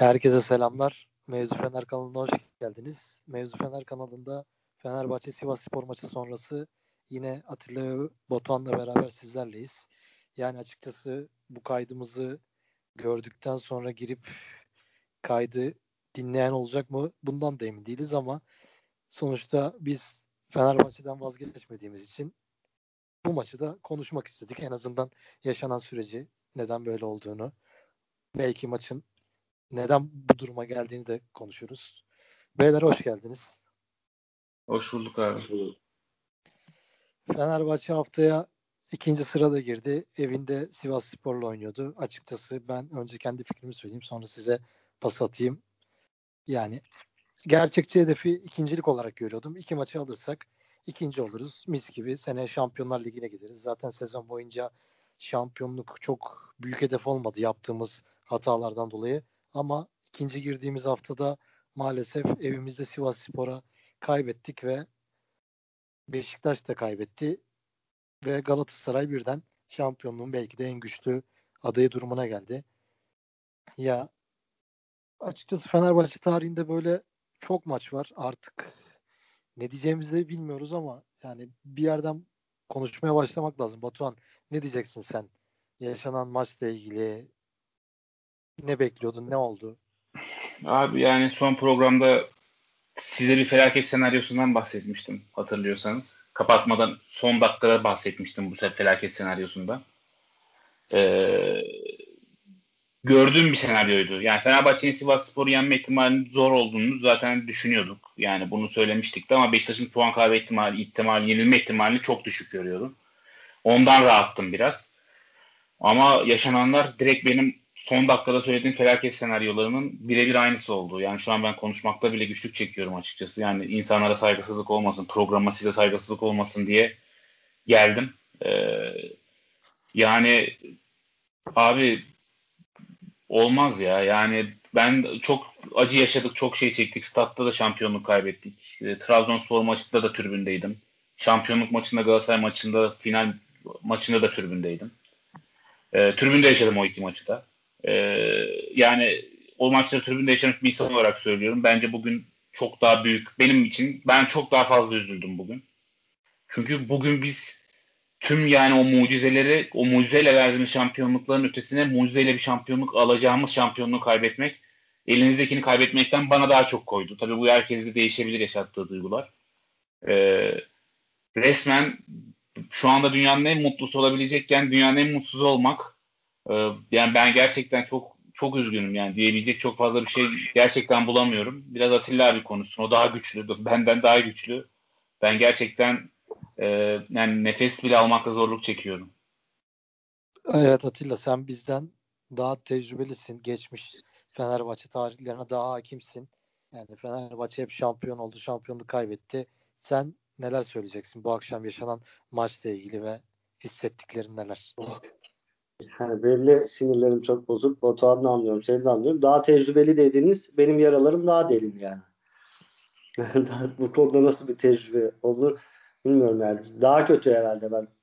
Herkese selamlar. Mevzu Fener kanalına hoş geldiniz. Mevzu Fener kanalında Fenerbahçe Sivasspor maçı sonrası yine Atilla ve Batuhan'la beraber sizlerleyiz. Yani açıkçası bu kaydımızı gördükten sonra girip kaydı dinleyen olacak mı? Bundan da emin değiliz ama sonuçta biz Fenerbahçe'den vazgeçmediğimiz için bu maçı da konuşmak istedik. En azından yaşanan süreci, neden böyle olduğunu, belki maçın neden bu duruma geldiğini de konuşuruz. Beyler hoş geldiniz. Hoş bulduk abi. Fenerbahçe haftaya ikinci sırada girdi. Evinde Sivasspor'la oynuyordu. Açıkçası ben önce kendi fikrimi söyleyeyim, sonra size pas atayım. Yani gerçekçi hedefi ikincilik olarak görüyordum. İki maçı alırsak ikinci oluruz. Mis gibi seneye Şampiyonlar Ligi'ne gideriz. Zaten sezon boyunca şampiyonluk çok büyük hedef olmadı yaptığımız hatalardan dolayı. Ama ikinci girdiğimiz haftada maalesef evimizde Sivasspor'a kaybettik ve Beşiktaş da kaybetti ve Galatasaray birden şampiyonluğun belki de en güçlü adayı durumuna geldi. Ya açıkçası Fenerbahçe tarihinde böyle çok maç var. Artık ne diyeceğimizi de bilmiyoruz ama yani bir yerden konuşmaya başlamak lazım. Batuhan, ne diyeceksin sen? Yaşanan maçla ilgili ne bekliyordun? Ne oldu? Abi yani son programda size bir felaket senaryosundan bahsetmiştim hatırlıyorsanız. Kapatmadan son dakikada bahsetmiştim bu sefer felaket senaryosundan. Ee, Gördüğüm bir senaryoydu. Yani Fenerbahçe'nin Sivasspor'u yenme ihtimalinin zor olduğunu zaten düşünüyorduk. Yani bunu söylemiştik de ama Beşiktaş'ın puan kaybı ihtimali, yenilme ihtimalini çok düşük görüyordum. Ondan rahattım biraz. Ama yaşananlar direkt benim son dakikada söylediğim felaket senaryolarının birebir aynısı oldu. Yani şu an ben konuşmakta bile güçlük çekiyorum açıkçası. Yani insanlara saygısızlık olmasın, programa size saygısızlık olmasın diye geldim. Ee, Yani abi olmaz ya. Yani ben çok acı yaşadık, çok şey çektik. Statta da şampiyonluk kaybettik. Trabzonspor maçında da tribündeydim. Şampiyonluk maçında, Galatasaray maçında, final maçında da tribündeydim. Tribünde yaşadım o iki maçı da. E, Yani o maçları tribünde yaşamış bir insan olarak söylüyorum. Bence bugün çok daha büyük. Benim için ben çok daha fazla üzüldüm bugün. Çünkü bugün biz tüm yani o mucizeleri, o mucizeyle verdiğimiz şampiyonlukların ötesine mucizeyle bir şampiyonluk alacağımız şampiyonluğu kaybetmek, elinizdekini kaybetmekten bana daha çok koydu. Tabii bu herkeste değişebilir yaşattığı duygular. Ee, Resmen şu anda dünyanın en mutlusu olabilecekken dünyanın en mutsuzu olmak. Yani ben gerçekten çok çok üzgünüm yani diyebilecek çok fazla bir şey gerçekten bulamıyorum. Biraz Atilla abi konuşsun. O daha güçlü. Benden daha güçlü. Ben gerçekten e, yani nefes bile almakta zorluk çekiyorum. Evet Atilla, sen bizden daha tecrübelisin. Geçmiş Fenerbahçe tarihlerine daha hakimsin. Yani Fenerbahçe hep şampiyon oldu, şampiyonluğu kaybetti. Sen neler söyleyeceksin bu akşam yaşanan maçla ilgili ve hissettiklerin neler? Yani benim de sinirlerim çok bozuk. Batuhan'ı da anlıyorum, seni de anlıyorum. Daha tecrübeli dediniz. Benim yaralarım daha derin yani. Bu konuda nasıl bir tecrübe olur bilmiyorum yani. Daha kötü herhalde ben.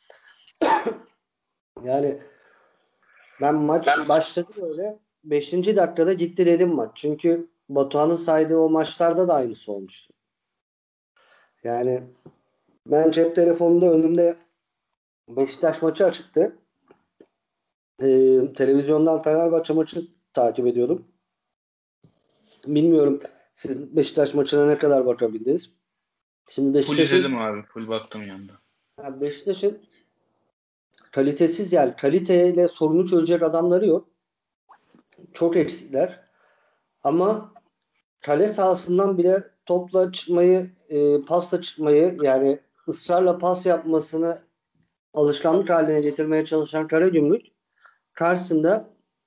Yani ben maç başladı böyle. 5. dakikada gitti dedim maç. Çünkü Batuhan'ın saydığı o maçlarda da aynısı olmuştu. Yani ben cep telefonunda önümde Beşiktaş maçı açıktı. Televizyondan Fenerbahçe maçı takip ediyordum. Bilmiyorum siz Beşiktaş maçına ne kadar bakabildiniz? Şimdi Full izledim abi. Full baktım yanında. Beşiktaş'ın kalitesiz yani kaliteyle sorunu çözecek adamları yok. Çok eksikler. Ama kale sahasından bile topla çıkmayı, pasla çıkmayı yani ısrarla pas yapmasını alışkanlık haline getirmeye çalışan Karagümrük karşısında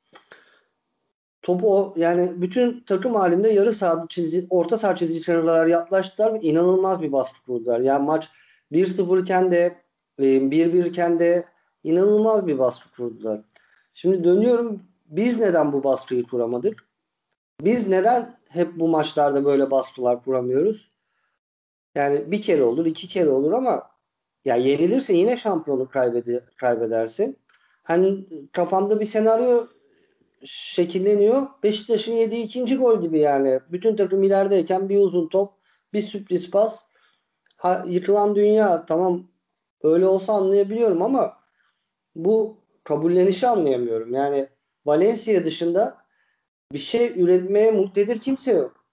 topu yani bütün takım halinde yarı saha çizgi, orta saha çizgisine kadar yaklaştılar ve inanılmaz bir baskı kurdular. Yani maç 1-0 iken de 1-1 iken de inanılmaz bir baskı kurdular. Şimdi dönüyorum, biz neden bu baskıyı kuramadık? Biz neden hep bu maçlarda böyle baskılar kuramıyoruz? Yani bir kere olur, iki kere olur ama ya yenilirse yine şampiyonluk kaybedersin. Hani kafamda bir senaryo şekilleniyor. Beşiktaş'ın yediği ikinci gol gibi yani. Bütün takım ilerideyken bir uzun top, bir sürpriz pas. Yıkılan dünya, tamam, öyle olsa anlayabiliyorum ama bu kabullenişi anlayamıyorum. Yani Valencia dışında bir şey üretmeye muktedir kimse yok.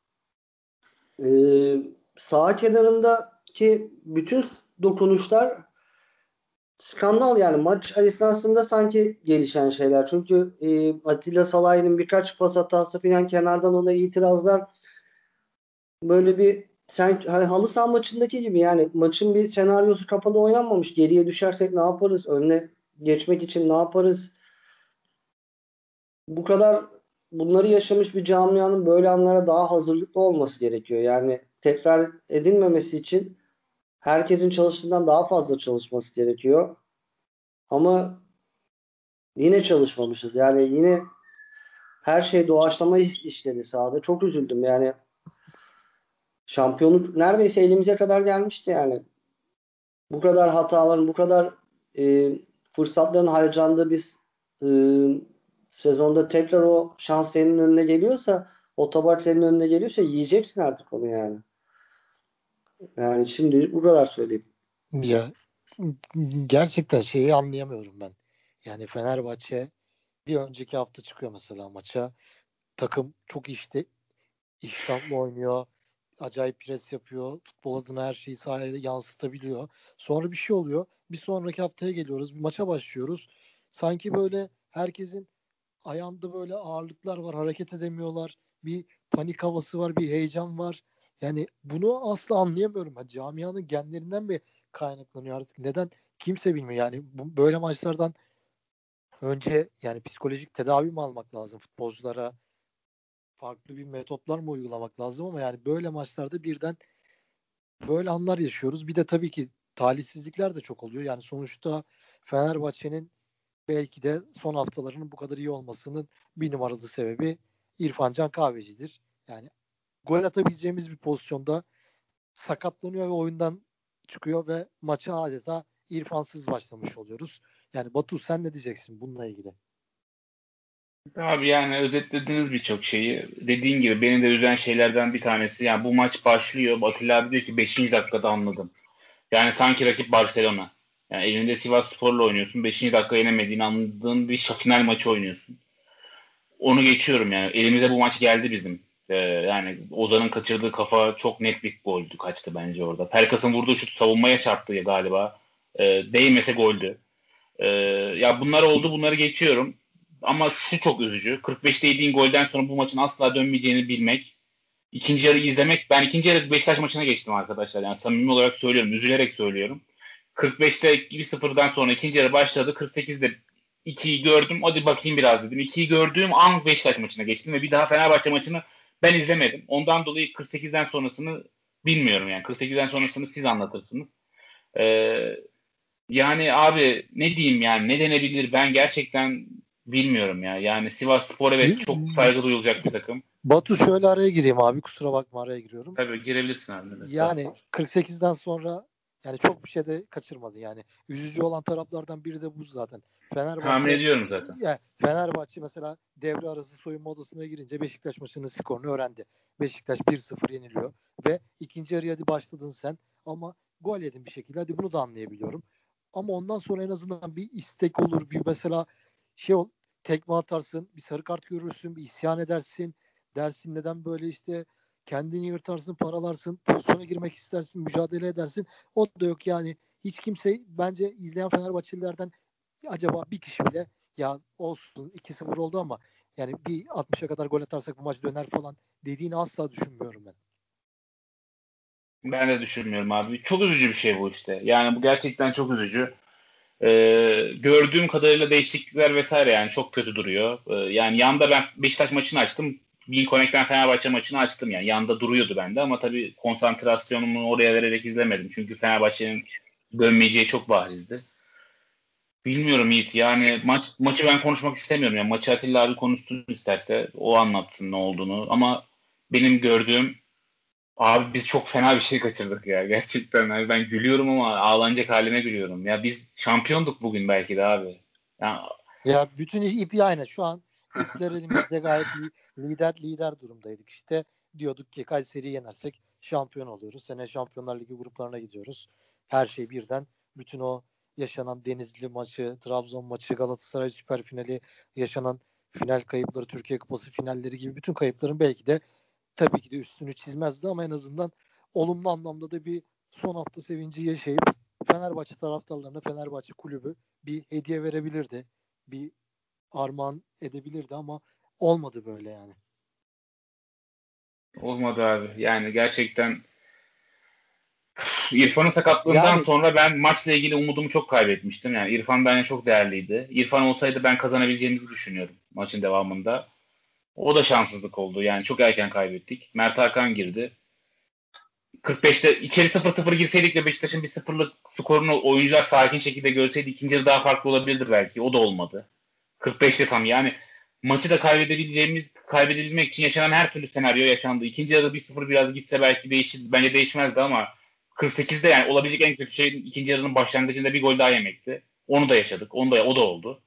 Sağ kenarındaki bütün dokunuşlar skandal yani. Maç esnasında sanki gelişen şeyler. Çünkü Atilla Salahi'nin birkaç pas hatası falan, kenardan ona itirazlar, böyle bir hani halı saha maçındaki gibi yani, maçın bir senaryosu kapalı oynanmamış. Geriye düşersek ne yaparız? Önüne geçmek için ne yaparız? Bu kadar bunları yaşamış bir camianın böyle anlara daha hazırlıklı olması gerekiyor. Yani tekrar edilmemesi için herkesin çalıştığından daha fazla çalışması gerekiyor. Ama yine çalışmamışız. Yani yine her şey doğaçlama işledi sahada. Çok üzüldüm. Yani şampiyonluk neredeyse elimize kadar gelmişti yani. Bu kadar hataların, bu kadar e, fırsatların harcandığı biz e, sezonda tekrar o şans senin önüne geliyorsa, o tabak senin önüne geliyorsa yiyeceksin artık onu yani. Yani şimdi bu kadar söyleyeyim. Ya gerçekten şeyi anlayamıyorum ben. Yani Fenerbahçe bir önceki hafta çıkıyor mesela maça. Takım çok iştahlı oynuyor. Acayip pres yapıyor. Futbol adına her şeyi sahaya yansıtabiliyor. Sonra bir şey oluyor. Bir sonraki haftaya geliyoruz. Bir maça başlıyoruz. Sanki böyle herkesin ayağında böyle ağırlıklar var. Hareket edemiyorlar. Bir panik havası var. Bir heyecan var. Yani bunu asla anlayamıyorum. Ben camianın genlerinden mi kaynaklanıyor artık? Neden? Kimse bilmiyor. Yani böyle maçlardan önce yani psikolojik tedavi mi almak lazım futbolculara? Farklı bir metotlar mı uygulamak lazım, ama yani böyle maçlarda birden böyle anlar yaşıyoruz. Bir de tabii ki talihsizlikler de çok oluyor. Yani sonuçta Fenerbahçe'nin belki de son haftalarının bu kadar iyi olmasının bir numaralı sebebi İrfan Can Kahveci'dir. Yani gol atabileceğimiz bir pozisyonda sakatlanıyor ve oyundan çıkıyor ve maça adeta İrfansız başlamış oluyoruz. Yani Batu, sen ne diyeceksin bununla ilgili? Abi yani özetlediniz birçok şeyi. Dediğin gibi beni de üzen şeylerden bir tanesi. Yani bu maç başlıyor. Atilla abi diyor ki 5. dakikada anladım. Yani sanki rakip Barcelona. Yani elinde Sivasspor'la oynuyorsun. 5. dakika yenemediğini anladığın bir final maçı oynuyorsun. Onu geçiyorum yani. Elimize bu maç geldi bizim. Yani Ozan'ın kaçırdığı kafa çok net bir goldü. Kaçtı bence orada. Pelkas'ın vurduğu şut savunmaya çarptı galiba. Değmese goldü. Ya bunlar oldu, bunları geçiyorum. Ama şu çok üzücü. 45'te yediğin golden sonra bu maçın asla dönmeyeceğini bilmek. İkinci yarı izlemek. Ben ikinci yarı Beşiktaş maçına geçtim arkadaşlar. Yani samimi olarak söylüyorum. Üzülerek söylüyorum. 45'te 1-0'dan sonra ikinci yarı başladı. 48'de 2'yi gördüm. Hadi bakayım biraz dedim. 2'yi gördüğüm an Beşiktaş maçına geçtim ve bir daha Fenerbahçe maçını ben izlemedim. Ondan dolayı 48'den sonrasını bilmiyorum yani. 48'den sonrasını siz anlatırsınız. Ee, Yani abi ne diyeyim yani, ne denebilir, ben gerçekten bilmiyorum ya. Yani Sivasspor evet çok saygı duyulacak bir takım. Batu, şöyle araya gireyim abi, kusura bakma, araya giriyorum. Tabii girebilirsin abi. Yani 48'den sonra yani çok bir şey de kaçırmadı yani. Üzücü olan taraflardan biri de bu zaten. Tahmin Fenerbahçe ediyorum zaten. ya Fenerbahçe mesela devre arası soyunma odasına girince Beşiktaş maçının skorunu öğrendi. Beşiktaş 1-0 yeniliyor ve ikinci yarıya hadi başladın sen ama gol yedin bir şekilde. Hadi bunu da anlayabiliyorum. Ama ondan sonra en azından bir istek olur. Bir mesela şey ol, tekme atarsın, bir sarı kart görürsün, bir isyan edersin. Dersin neden böyle, işte kendini yırtarsın, paralarsın, pozisyona girmek istersin, mücadele edersin. O da yok yani. Hiç kimse bence izleyen Fenerbahçelilerden acaba bir kişi bile ya olsun 2-0 oldu ama yani bir 60'a kadar gol atarsak bu maç döner falan dediğini asla düşünmüyorum ben. Ben de düşünmüyorum abi. Çok üzücü bir şey bu işte. Yani bu gerçekten çok üzücü. Gördüğüm kadarıyla değişiklikler vesaire yani çok kötü duruyor. Yani yanda ben Beşiktaş maçını açtım. Connect'ten Fenerbahçe maçını açtım yani. Yanda duruyordu bende ama tabii konsantrasyonumu oraya vererek izlemedim. Çünkü Fenerbahçe'nin dönmeyeceği çok barizdi. Bilmiyorum Yiğit. Yani maçı ben konuşmak istemiyorum. Yani maçı Atilla abi konuşsun isterse. O anlatsın ne olduğunu. Ama benim gördüğüm, abi biz çok fena bir şey kaçırdık ya. Gerçekten yani ben gülüyorum ama ağlanacak halime gülüyorum. Ya biz şampiyonduk bugün belki de abi. Ya, Ya bütün ipi aynı şu an ipler elimizde gayet lider durumdaydık. İşte diyorduk ki Kayseri'yi yenersek şampiyon oluyoruz. Sene Şampiyonlar Ligi gruplarına gidiyoruz. Her şey birden bütün o yaşanan Denizli maçı, Trabzon maçı, Galatasaray Süper Finali, yaşanan final kayıpları, Türkiye Kupası finalleri gibi bütün kayıpların belki de tabii ki de üstünü çizmezdi ama en azından olumlu anlamda da bir son hafta sevinci yaşayıp Fenerbahçe taraftarlarına Fenerbahçe kulübü bir hediye verebilirdi. Bir armağan edebilirdi ama olmadı böyle yani. Olmadı abi. Yani gerçekten İrfan'ın sakatlığından sonra ben maçla ilgili umudumu çok kaybetmiştim. Yani İrfan bence çok değerliydi. İrfan olsaydı ben kazanabileceğimizi düşünüyorum maçın devamında. O da şanssızlık oldu. Yani çok erken kaybettik. Mert Hakan girdi. 45'te içeri 0-0 girseydik de Beşiktaş'ın 1-0'lık skorunu oyuncular sakin şekilde görseydi ikinci yarı daha farklı olabilirdi belki. O da olmadı. 45'te tam yani maçı da kaybedebilmek için yaşanan her türlü senaryo yaşandı. İkinci yarı 1-0 biraz gitse belki değişir. Bence değişmezdi ama 48'de yani olabilecek en kötü şey ikinci yarının başlangıcında bir gol daha yemekti. Onu da yaşadık. O da oldu.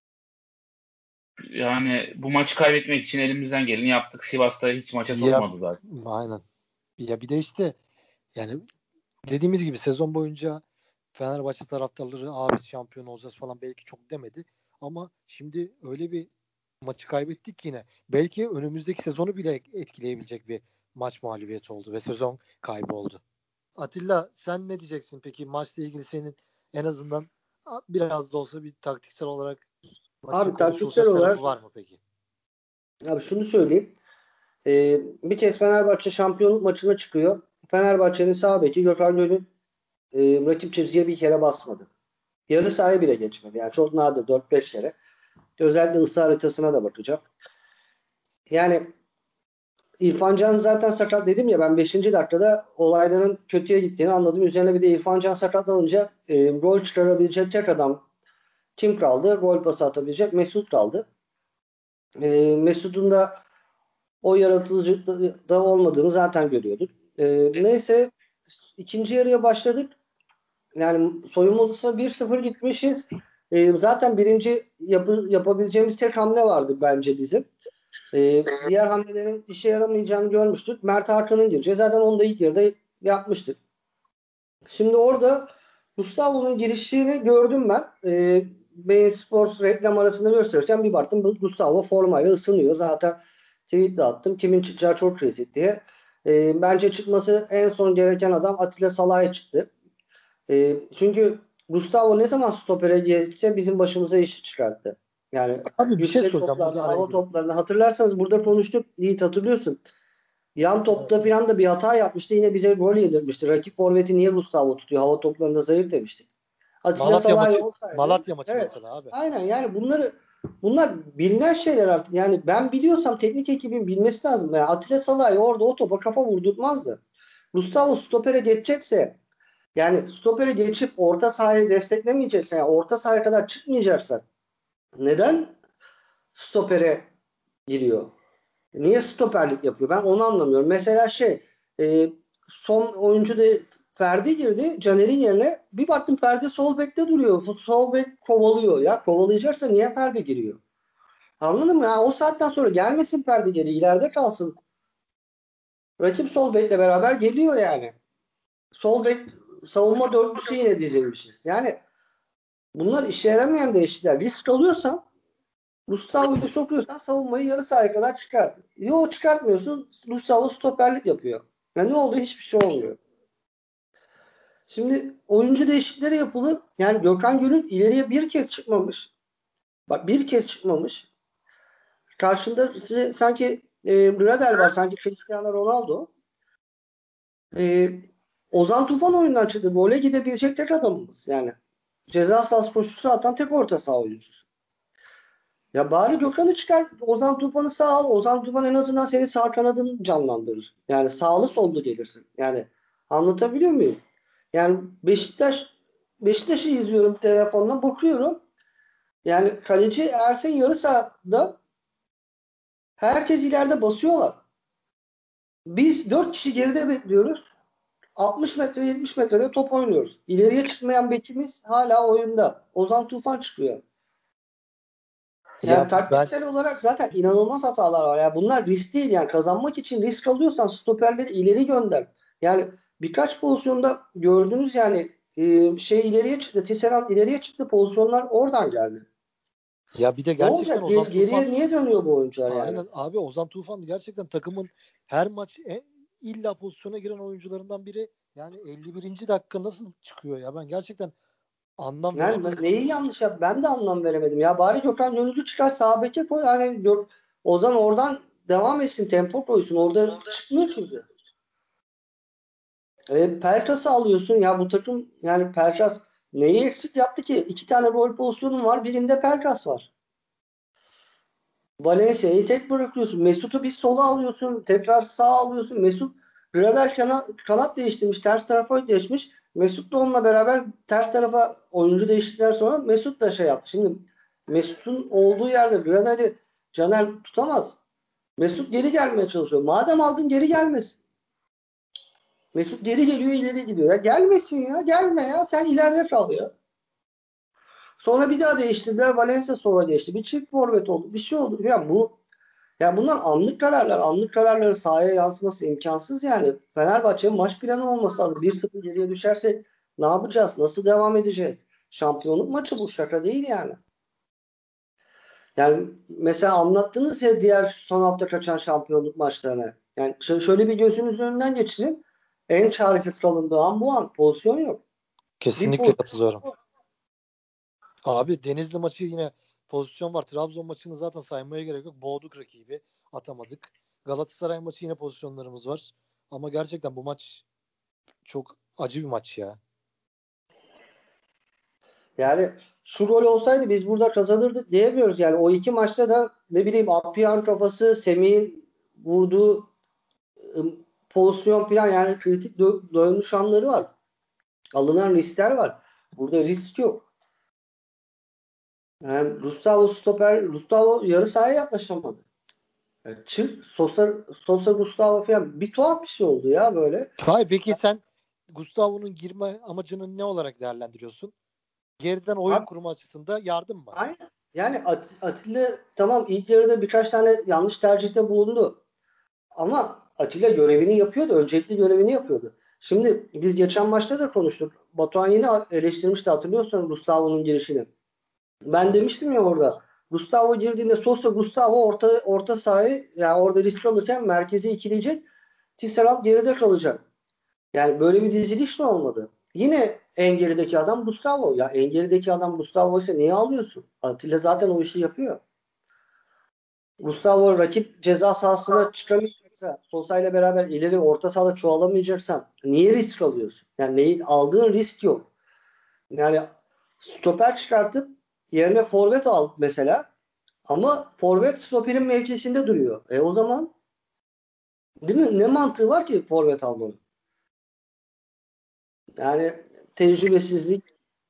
Yani bu maçı kaybetmek için elimizden geleni yaptık. Sivas'ta hiç maça sokmadı zaten. Aynen. Ya bir de işte yani dediğimiz gibi sezon boyunca Fenerbahçe taraftarları biz şampiyon olacağız falan belki çok demedi. Ama şimdi öyle bir maçı kaybettik yine. Belki önümüzdeki sezonu bile etkileyebilecek bir maç mağlubiyeti oldu ve sezon kaybı oldu. Atilla sen ne diyeceksin peki maçla ilgili senin en azından biraz da olsa bir taktiksel olarak Abi taktiksel olarak var mı peki? Abi şunu söyleyeyim. Bir kez Fenerbahçe şampiyonluk maçına çıkıyor. Fenerbahçe'nin sağ beki Gökhan Gönül rakip çizgiye bir kere basmadı. Yarı sahaya bile geçmedi. Yani çok nadir 4-5 kere. Özellikle ısı haritasına da bakacak. Yani İrfan Can zaten sakat dedim ya ben 5. dakikada olayların kötüye gittiğini anladım. Üzerine bir de İrfan Can sakatlanınca rol çıkarabilecek tek adam kim kaldı? Gol pası atabilecek Mesut kaldı. Mesut'un da o yaratıcılıkta olmadığını zaten görüyorduk. Neyse ikinci yarıya başladık. Yani soyunma odasına 1-0 gitmişiz. Zaten birinci yapabileceğimiz tek hamle vardı bence bizim. Diğer hamlelerin işe yaramayacağını görmüştük. Mert Hakan'ın gireceği. Zaten onu da ilk yarıda yapmıştık. Şimdi orada Gustavo'nun girişini gördüm ben. Bein Sports reklam arasında gösterirken bir baktım Gustavo formayla ısınıyor. Zaten tweet de attım. Kimin çıkacağı çok kritik diye. Bence çıkması en son gereken adam Atilla Salah'a çıktı. Çünkü Gustavo ne zaman stopere geçse bizim başımıza iş çıkarttı. Yani abi bir yüksek şey soracağım. toplarda, hava toplarında hatırlarsanız burada konuştuk. Yiğit hatırlıyorsun. Yan topta falan da bir hata yapmıştı. Yine bize gol yedirmişti. Rakip forveti niye Gustavo tutuyor? Hava toplarında zayıf demiştik. Malatya maçı mesela abi. Aynen yani bunlar bilinen şeyler artık. Yani ben biliyorsam teknik ekibin bilmesi lazım. Yani Atilla Salah'ı orada o topa kafa vurdurtmazdı. Gustavo stopere geçecekse yani stopere geçip orta sahayı desteklemeyecekse yani orta sahaya kadar çıkmayacaksa neden stopere giriyor? Niye stoperlik yapıyor? Ben onu anlamıyorum. Mesela son oyuncu da Ferdi girdi. Caner'in yerine bir baktım Ferdi sol bekte duruyor. Sol bek kovalıyor. Ya kovalayacaksa niye Ferdi giriyor? Anladın mı? Ya, o saatten sonra gelmesin Ferdi geri. İleride kalsın. Rakip sol bekle beraber geliyor yani. Sol bek savunma dörtlüsü yine dizilmişiz. Yani bunlar işe yaramayan değişiklikler. Risk alıyorsan Gustavo'yu sokuyorsan savunmayı yarı sahaya kadar çıkart. Yok çıkartmıyorsun. Gustavo stoperlik yapıyor. Yani ne oldu? Hiçbir şey olmuyor. Şimdi oyuncu değişiklikleri yapılır. Yani Gökhan Gönül ileriye bir kez çıkmamış. Bak bir kez çıkmamış. Karşında sanki Gradel var. Sanki Cristiano Ronaldo. Ozan Tufan oyundan çıktı. Gole gidebilecek tek adamımız. Yani ceza sahası koşusu atan tek orta saha oyuncusu. Ya bari Gökhan'ı çıkar. Ozan Tufan'ı sağ al. Ozan Tufan en azından senin sağ kanadını canlandırır. Yani sağlı sollu gelirsin. Yani anlatabiliyor muyum? Yani Beşiktaş'ı izliyorum telefondan bakıyorum. Yani kaleci Ersen yarı sahada herkes ileride basıyorlar. Biz 4 kişi geride bekliyoruz. 60 metre 70 metrede top oynuyoruz. İleriye çıkmayan bekimiz hala oyunda. Ozan Tufan çıkıyor. Yani taktiksel olarak zaten inanılmaz hatalar var. Yani bunlar risk değil yani. Kazanmak için risk alıyorsan stoperleri ileri gönder. Yani birkaç pozisyonda gördünüz yani ileriye çıktı. Tisserand ileriye çıktı. Pozisyonlar oradan geldi. Ya bir de Ne gerçekten olacak? Geriye niye dönüyor bu oyuncular yani? Aynen abi, Ozan Tufan gerçekten takımın her maç illa pozisyona giren oyuncularından biri. Yani 51. dakika nasıl çıkıyor ya, ben gerçekten anlam veremiyorum. Neyi yanlış yap? Ben de anlam veremedim. Ya bari Gökhan Gönüllü çıkar sağ beke koy. Yani Ozan oradan devam etsin. Tempo koysun. Orada çıkmıyor çünkü. Pelkas'ı alıyorsun. Ya bu takım yani Pelkas neyi eksik yaptı ki? 2 tane gol pozisyonun var. Birinde Pelkas var. Valencia'yı tek bırakıyorsun. Mesut'u bir sola alıyorsun. Tekrar sağa alıyorsun. Mesut Gradel kanat değiştirmiş. Ters tarafa geçmiş. Mesut da onunla beraber ters tarafa oyuncu değiştikten sonra Mesut da yaptı. Şimdi Mesut'un olduğu yerde Gradel'i Caner tutamaz. Mesut geri gelmeye çalışıyor. Madem aldın geri gelmesin. Mesut geri geliyor, ileri gidiyor. Ya gelmesin ya. Gelme ya. Sen ileride kal ya. Sonra bir daha değiştirdiler. Valencia sola geçti. Bir çift forvet oldu. Bir şey oldu. Ya bunlar anlık kararlar. Anlık kararları sahaya yansıması imkansız yani. Fenerbahçe'nin maç planı olması lazım. 1-0 geriye düşersek ne yapacağız? Nasıl devam edeceğiz? Şampiyonluk maçı bu. Şaka değil yani. Yani mesela anlattınız ya diğer son hafta kaçan şampiyonluk maçlarını. Yani şöyle bir gözünüzün önünden geçirin. En çaresiz kalındığı an bu an. Pozisyon yok. Kesinlikle katılıyorum. Abi Denizli maçı yine pozisyon var. Trabzon maçını zaten saymaya gerek yok. Boğduk rakibi. Atamadık. Galatasaray maçı yine pozisyonlarımız var. Ama gerçekten bu maç çok acı bir maç ya. Yani şu gol olsaydı biz burada kazanırdık diyemiyoruz. Yani o iki maçta da ne bileyim Appiah'ın kafası, Semih'in vurduğu pozisyon falan yani kritik dönmüş anları var. Alınan riskler var. Burada risk yok. Yani Gustavo yarı sahaya yaklaşamadı. Yani Sosa Gustavo falan bir tuhaf bir şey oldu ya böyle. Hayır, peki sen Gustavo'nun girme amacını ne olarak değerlendiriyorsun? Geriden oyun kurma açısında yardım mı? Aynen. Yani Atilla tamam ilk yarıda birkaç tane yanlış tercihte bulundu. Ama Atilla görevini yapıyordu. Öncelikli görevini yapıyordu. Şimdi biz geçen maçta da konuştuk. Batuhan yine eleştirmişti hatırlıyorsan Gustavo'nun girişini. Ben demiştim ya orada. Gustavo girdiğinde Gustavo orta sahayı yani orada risk alırken merkezi ikileyecek. Tisserand geride kalacak. Yani böyle bir diziliş mi olmadı? Yine en gerideki adam Gustavo. Ya en gerideki adam Gustavo ise niye alıyorsun? Atilla zaten o işi yapıyor. Gustavo rakip ceza sahasına çıkamayacaksa, Sosa ile beraber ileri orta sahada çoğalamayacaksan niye risk alıyorsun? Yani aldığın risk yok. Yani stoper çıkartıp yerine forvet al mesela. Ama forvet stoperin mevkisinde duruyor. O zaman değil mi? Ne mantığı var ki forvet almanın? Yani tecrübesizlik.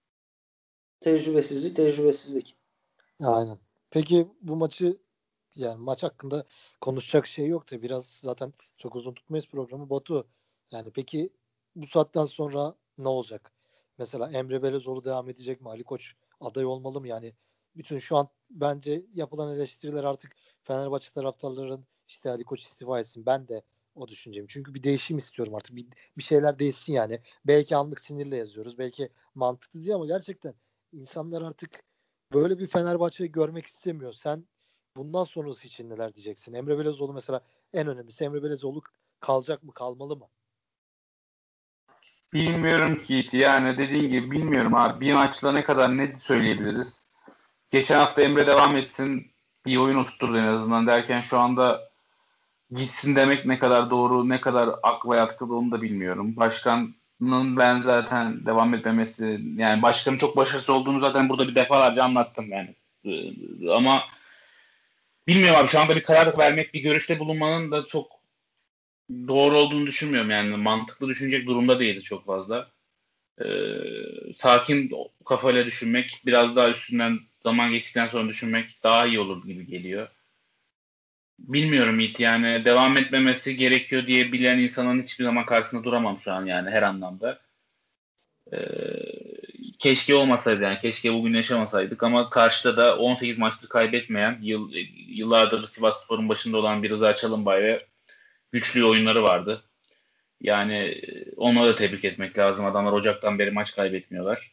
Aynen. Peki bu maçı, yani maç hakkında konuşacak şey yok da biraz zaten çok uzun tutmayız programı. Batu, yani peki bu saatten sonra ne olacak? Mesela Emre Belezoğlu devam edecek mi? Ali Koç aday olmalı mı? Yani bütün şu an bence yapılan eleştiriler artık Fenerbahçe taraftarların işte Ali Koç istifa etsin. Ben de o düşüncem. Çünkü bir değişim istiyorum artık. Bir şeyler değişsin yani. Belki anlık sinirle yazıyoruz. Belki mantıklı değil ama gerçekten insanlar artık böyle bir Fenerbahçe'yi görmek istemiyor. Sen bundan sonrası için neler diyeceksin? Emre Belezoğlu mesela en önemlisi. Emre Belezoğlu kalacak mı, kalmalı mı? Bilmiyorum ki, yani dediğin gibi bilmiyorum abi. Bir maçla ne kadar ne söyleyebiliriz? Geçen hafta Emre devam etsin, bir oyun oturturdu en azından derken şu anda gitsin demek ne kadar doğru, ne kadar akla yatkın onu da bilmiyorum. Başkanın ben zaten devam etmemesi, yani başkanın çok başarısız olduğunu zaten burada bir defalarca anlattım yani. Ama bilmiyorum abi, şu anda bir karar vermek, bir görüşte bulunmanın da çok doğru olduğunu düşünmüyorum yani. Mantıklı düşünecek durumda değiliz çok fazla. Sakin kafayla düşünmek, biraz daha üstünden zaman geçtikten sonra düşünmek daha iyi olur gibi geliyor. Bilmiyorum Yiğit, yani devam etmemesi gerekiyor diye bilen insanın hiçbir zaman karşısında duramam şu an yani her anlamda. Ee, keşke olmasaydı yani. Keşke bugün yaşamasaydık ama karşıda da 18 maçtır kaybetmeyen yıllardır Sivasspor'un başında olan bir Rıza Çalınbay ve güçlü oyunları vardı. Yani onları da tebrik etmek lazım. Adamlar Ocak'tan beri maç kaybetmiyorlar.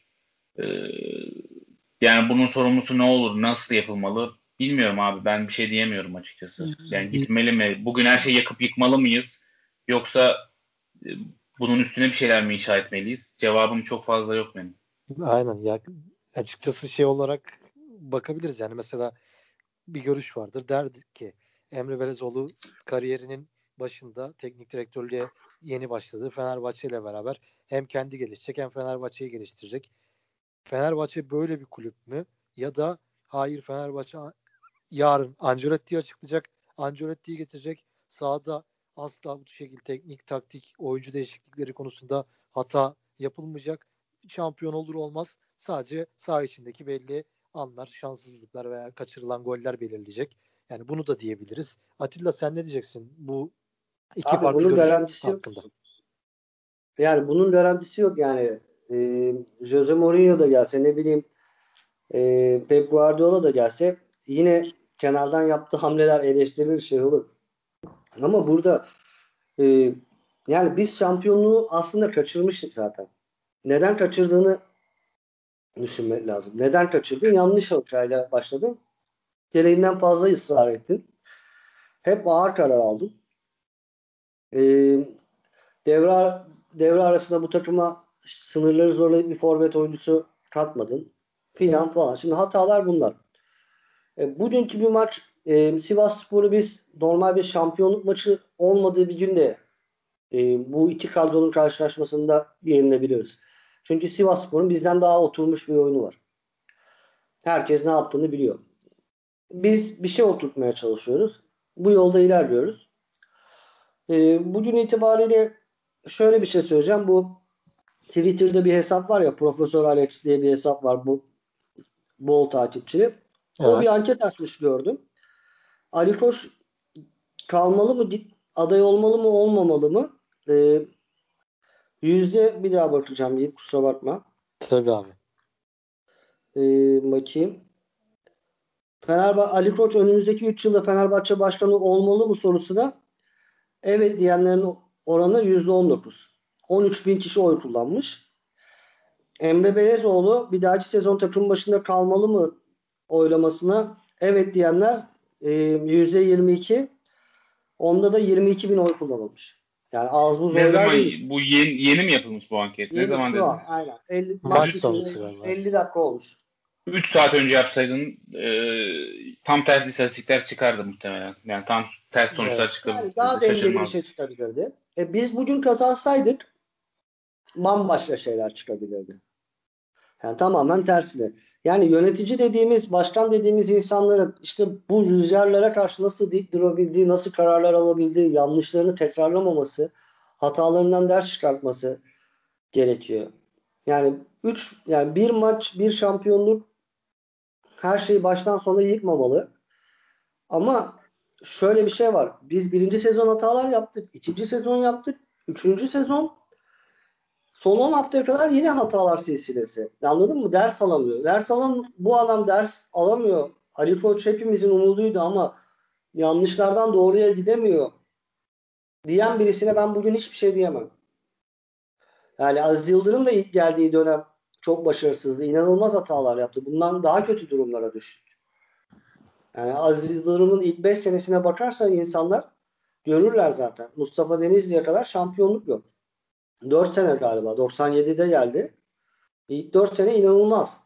Yani bunun sorumlusu ne olur? Nasıl yapılmalı? Bilmiyorum abi. Ben bir şey diyemiyorum açıkçası. Yani gitmeli mi? Bugün her şeyi yakıp yıkmalı mıyız? Yoksa bunun üstüne bir şeyler mi inşa etmeliyiz? Cevabım çok fazla yok benim. Aynen ya, açıkçası şey olarak bakabiliriz yani, mesela bir görüş vardır, derdik ki Emre Belezoğlu kariyerinin başında teknik direktörlüğe yeni başladı. Fenerbahçe ile beraber hem kendi gelişecek hem Fenerbahçe'yi geliştirecek. Fenerbahçe böyle bir kulüp mü? Ya da hayır, Fenerbahçe yarın Ancelotti'yi açıklayacak. Ancelotti'yi getirecek. Sahada asla bu şekilde teknik, taktik, oyuncu değişiklikleri konusunda hata yapılmayacak. Şampiyon olur olmaz sadece saha içindeki belli anlar, şanssızlıklar veya kaçırılan goller belirleyecek. Yani bunu da diyebiliriz. Atilla, sen ne diyeceksin bu iki Abi farklı bunun görüş garantisi yok. hakkında? Yani bunun garantisi yok yani. Jose Mourinho da gelse, ne bileyim, Pep Guardiola da gelse yine kenardan yaptığı hamleler eleştirilir, şey olur. Ama burada yani biz şampiyonluğu aslında kaçırmıştık zaten. Neden kaçırdığını düşünmek lazım. Neden kaçırdın? Yanlış hocayla başladın. Gereğinden fazla ısrar ettin. Hep ağır karar aldın. E, devre arasında bu takıma sınırları zorlayıp bir forvet oyuncusu katmadın. Filan falan. Şimdi hatalar bunlar. Bugünkü bir maç, Sivasspor'u biz normal bir şampiyonluk maçı olmadığı bir günde bu iki kadronun karşılaşmasında yenilebiliriz. Çünkü Sivasspor'un bizden daha oturmuş bir oyunu var. Herkes ne yaptığını biliyor. Biz bir şey oturtmaya çalışıyoruz. Bu yolda ilerliyoruz. Bugün itibariyle şöyle bir şey söyleyeceğim. Bu Twitter'da bir hesap var ya, Profesör Alex diye bir hesap var, bu bol takipçili. O bir Evet. anket açmış, gördüm. Ali Koç kalmalı mı, aday olmalı mı, olmamalı mı? Bir daha bakacağım, Yiğit, kusura bakma. Tabii abi. Bakayım. Ali Koç önümüzdeki 3 yılda Fenerbahçe başkanı olmalı mı sorusuna evet diyenlerin oranı %19. 13.000 kişi oy kullanmış. Emre Belezoğlu bir dahaki sezon takım başında kalmalı mı oylamasına evet diyenler %22. Onda da 22.000 oy kullanılmış. Yani az buz Ne oylar zaman değil. bu yeni mi yapılmış bu anket? Ne Yeni zaman şu dedin? an aynen. 50, Maç maç sonrası içinde galiba. 50 dakika olmuş. 3 saat önce yapsaydın tam tersi istatistikler çıkardı muhtemelen. Yani tam ters sonuçlar Evet. Yani daha çıkabilirdi. dengeli bir Şaşırmazdım. şey çıkabilirdi. Biz bugün kazansaydık bambaşka şeyler çıkabilirdi. Yani tamamen tersine. Yani yönetici dediğimiz, başkan dediğimiz insanların işte bu rüzgarlara karşı nasıl dik durabildiği, nasıl kararlar alabildiği, yanlışlarını tekrarlamaması, hatalarından ders çıkartması gerekiyor. Yani bir maç, bir şampiyonluk her şeyi baştan sona yıkmamalı. Ama şöyle bir şey var. Biz birinci sezon hatalar yaptık. İkinci sezon yaptık. Üçüncü sezon son 10 haftaya kadar yine hatalar silsilesi. Anladın mı? Ders alamıyor. Bu adam ders alamıyor. Ali Koç hepimizin umuduydu ama yanlışlardan doğruya gidemiyor diyen birisine ben bugün hiçbir şey diyemem. Yani Aziz Yıldırım da ilk geldiği dönem çok başarısızdı. İnanılmaz hatalar yaptı. Bundan daha kötü durumlara düştü. Yani Aziz Yıldırım'ın ilk 5 senesine bakarsa insanlar görürler zaten. Mustafa Denizli'ye kadar şampiyonluk yok. 4 sene galiba. 97'de geldi. İlk 4 sene inanılmaz.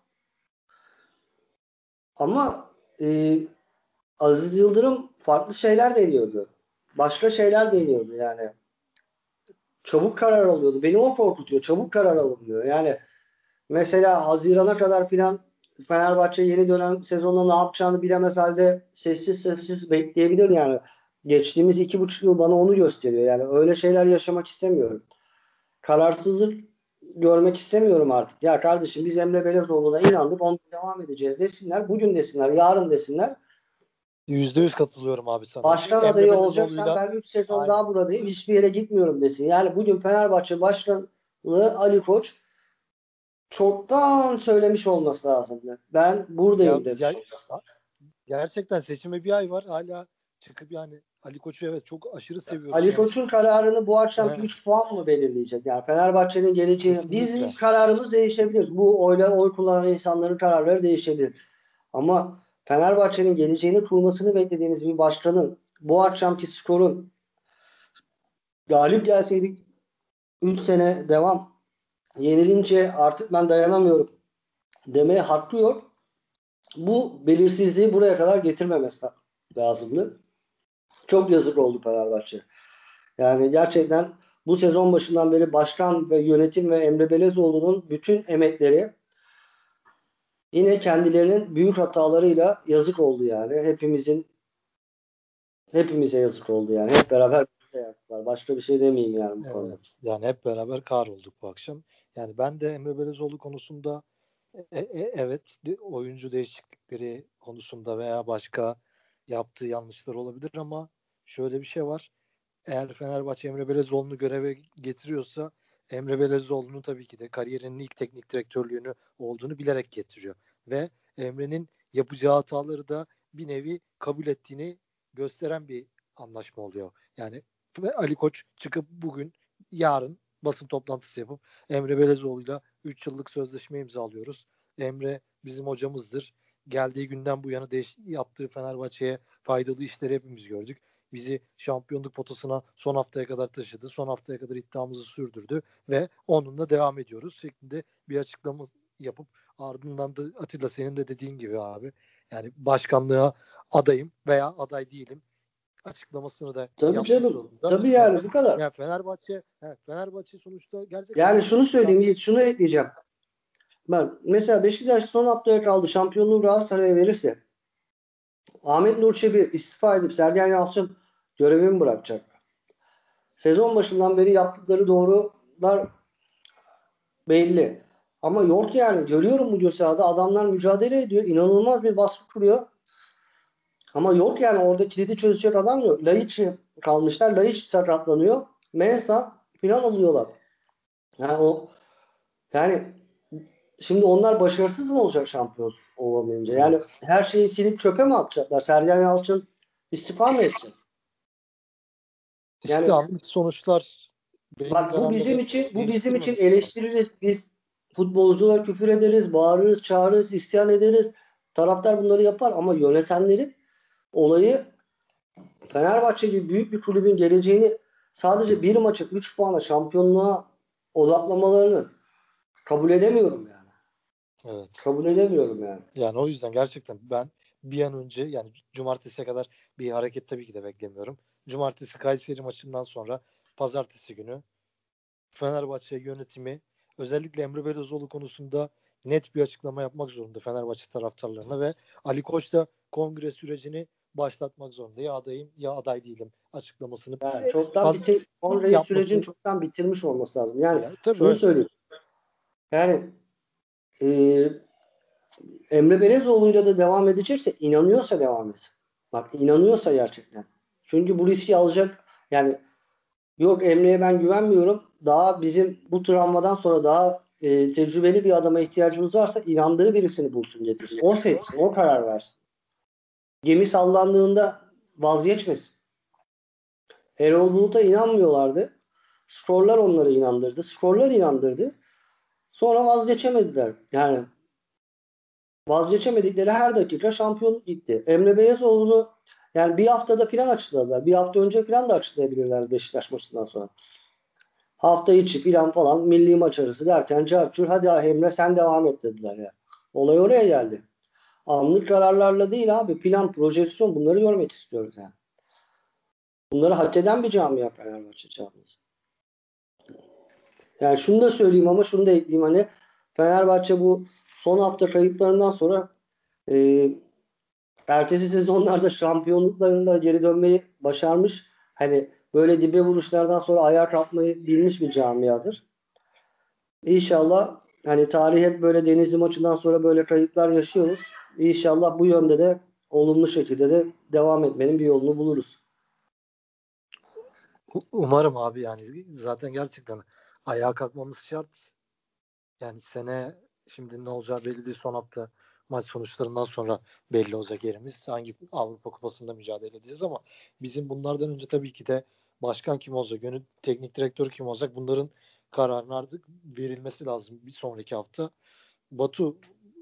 Ama Aziz Yıldırım farklı şeyler deniyordu. Başka şeyler deniyordu yani. Çabuk karar alıyordu. Beni o korkutuyor. Çabuk karar alınmıyor. Yani mesela Haziran'a kadar filan Fenerbahçe yeni dönem sezonda ne yapacağını bilemez halde sessiz sessiz bekleyebilir yani. Geçtiğimiz 2,5 yıl bana onu gösteriyor. Yani öyle şeyler yaşamak istemiyorum. Kararsızlık görmek istemiyorum artık. Ya kardeşim, biz Emre Belezoğlu'na inandık, onunla devam edeceğiz desinler. Bugün desinler, yarın desinler. %100 katılıyorum abi sana. Başkan Emre adayı olacaksan Belezoğlu'yla ben 3 sezon aynen. daha buradayım, hiçbir yere gitmiyorum desin. Yani bugün Fenerbahçe Başkanı Ali Koç çoktan söylemiş olması lazım. Ben buradayım demiş olması lazım. Gerçekten seçime bir ay var. Hala çıkıp yani Ali Koç'u evet çok aşırı seviyoruz. Ali Yani. Koç'un kararını bu akşamki 3 puan mı belirleyecek? Yani Fenerbahçe'nin geleceği. Kesinlikle. Bizim kararımız değişebilir. Bu oy kullanan insanların kararları değişebilir. Ama Fenerbahçe'nin geleceğini kurmasını beklediğimiz bir başkanın bu akşamki skorun galip gelseydik 3 sene devam, yenilince artık ben dayanamıyorum demeye hakkı yok. Bu belirsizliği buraya kadar getirmemesi lazımdı. Çok yazık oldu Fenerbahçe. Yani gerçekten bu sezon başından beri başkan ve yönetim ve Emre Belezoğlu'nun bütün emekleri yine kendilerinin büyük hatalarıyla yazık oldu yani. Hepimize yazık oldu yani. Hep beraber yaptılar. Başka bir şey demeyeyim yani bu konuda. Evet. Yani hep beraber kahrolduk bu akşam. Yani ben de Emre Belezoğlu konusunda evet oyuncu değişiklikleri konusunda veya başka yaptığı yanlışlar olabilir ama şöyle bir şey var. Eğer Fenerbahçe Emre Belezoğlu'nu göreve getiriyorsa Emre Belezoğlu'nun tabii ki de kariyerinin ilk teknik direktörlüğünü olduğunu bilerek getiriyor. Ve Emre'nin yapacağı hataları da bir nevi kabul ettiğini gösteren bir anlaşma oluyor. Yani Ali Koç çıkıp yarın basın toplantısı yapıp Emre Belezoğlu'yla 3 yıllık sözleşme imzalıyoruz. Emre bizim hocamızdır. Geldiği günden bu yana yaptığı Fenerbahçe'ye faydalı işleri hepimiz gördük. Bizi şampiyonluk potasına son haftaya kadar taşıdı. Son haftaya kadar iddiamızı sürdürdü ve onunla devam ediyoruz şeklinde bir açıklama yapıp ardından da Atilla senin de dediğin gibi abi yani başkanlığa adayım veya aday değilim açıklamasını da Tabii yapmak canım. zorunda. Tabii yani bu kadar. Yani Fenerbahçe sonuçta gerçekten Yani şunu söyleyeyim, Yiğit, şunu ekleyeceğim. Ben mesela Beşiktaş son haftaya kaldı. Şampiyonluğu Galatasaray'a verirse Ahmet Nur Çebi istifa edip Sergen Yalçın görevimi bırakacak. Sezon başından beri yaptıkları doğrular belli. Ama yok yani. Görüyorum bugün sahada adamlar mücadele ediyor. İnanılmaz bir baskı kuruyor. Ama yok yani orada kilidi çözecek adam yok. Laiç'i kalmışlar. Laiç sakatlanıyor. Mensah final alıyorlar. Yani şimdi onlar başarısız mı olacak şampiyon olamayınca? Yani evet. her şeyi silip çöpe mi atacaklar? Sergen Yalçın istifa mı edecek? İşte anlık sonuçlar Bak bu bizim için lazım. eleştiririz. Biz futbolculara küfür ederiz, bağırırız, çağırırız, isyan ederiz. Taraftar bunları yapar ama yönetenlerin olayı Fenerbahçe gibi büyük bir kulübün geleceğini sadece bir maça 3 puana şampiyonluğa odaklamalarını kabul edemiyorum yani. Evet. Kabul edemiyorum yani. Yani o yüzden gerçekten ben bir an önce yani cumartesiye kadar bir hareket tabii ki de beklemiyorum. Cumartesi Kayseri maçından sonra pazartesi günü Fenerbahçe yönetimi özellikle Emre Belözoğlu konusunda net bir açıklama yapmak zorunda Fenerbahçe taraftarlarına ve Ali Koç da kongre sürecini başlatmak zorunda. Ya adayım ya aday değilim açıklamasını Yani kongre sürecini çoktan bitirmiş olması lazım. Yani şunu öyle. söyleyeyim. Yani Emre Belezoğlu'yla da devam edecekse inanıyorsa devam etsin. Bak inanıyorsa gerçekten. Çünkü bu riski alacak yani yok Emre'ye ben güvenmiyorum. Daha bizim bu travmadan sonra daha tecrübeli bir adama ihtiyacımız varsa inandığı birisini bulsun getirsin. O seçsin. O karar versin. Gemi sallandığında vazgeçmesin. Erol Bulut'a inanmıyorlardı. Skorlar onları inandırdı. Skorlar inandırdı. Sonra vazgeçemediler. Yani vazgeçemedikleri her dakika şampiyonluk gitti. Emre Belezoğlu'nu yani bir haftada filan açıkladılar. Bir hafta önce filan da açıklayabilirler Beşiktaş maçından sonra. Hafta içi filan falan milli maç arası derken Carçur hadi Emre sen devam et dediler ya. Olay oraya geldi. Anlık kararlarla değil abi. Plan, projeksiyon bunları görmek istiyoruz yani. Bunları hak eden bir camia Fenerbahçe camiası. Yani şunu da söyleyeyim ama şunu da ekleyeyim hani Fenerbahçe bu son hafta kayıplarından sonra ertesi sezonlarda şampiyonluklarında geri dönmeyi başarmış. Hani böyle dibe vuruşlardan sonra ayağa kalkmayı bilmiş bir camiadır. İnşallah hani tarih hep böyle Denizli maçından sonra böyle kayıplar yaşıyoruz. İnşallah bu yönde de olumlu şekilde de devam etmenin bir yolunu buluruz. Umarım abi yani zaten gerçekten ayağa kalkmamız şart. Yani sene şimdi ne olacağı belli değil. Son hafta maç sonuçlarından sonra belli olacak yerimiz. Hangi Avrupa Kupası'nda mücadele edeceğiz ama bizim bunlardan önce tabii ki de başkan kim olacak, teknik direktör kim olacak, bunların kararının artık verilmesi lazım bir sonraki hafta. Batu,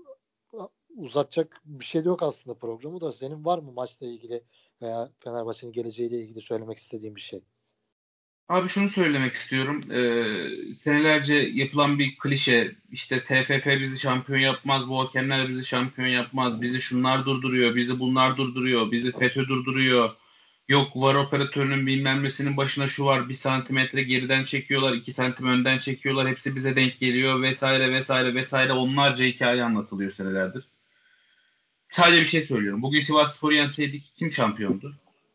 uzatacak bir şey de yok aslında programı da. Senin var mı maçla ilgili veya Fenerbahçe'nin geleceğiyle ilgili söylemek istediğin bir şey? Abi şunu söylemek istiyorum. Senelerce yapılan bir klişe, işte TFF bizi şampiyon yapmaz, bu hakemler bizi şampiyon yapmaz, bizi şunlar durduruyor, bizi bunlar durduruyor, bizi FETÖ durduruyor. Yok, var operatörünün bilmem nesinin başına şu var, 1 santimetre geriden çekiyorlar, 2 santim önden çekiyorlar, hepsi bize denk geliyor vesaire vesaire vesaire, onlarca hikaye anlatılıyor senelerdir. Sadece bir şey söylüyorum. Bugün Sivasspor'u yenseydik kim şampiyondu?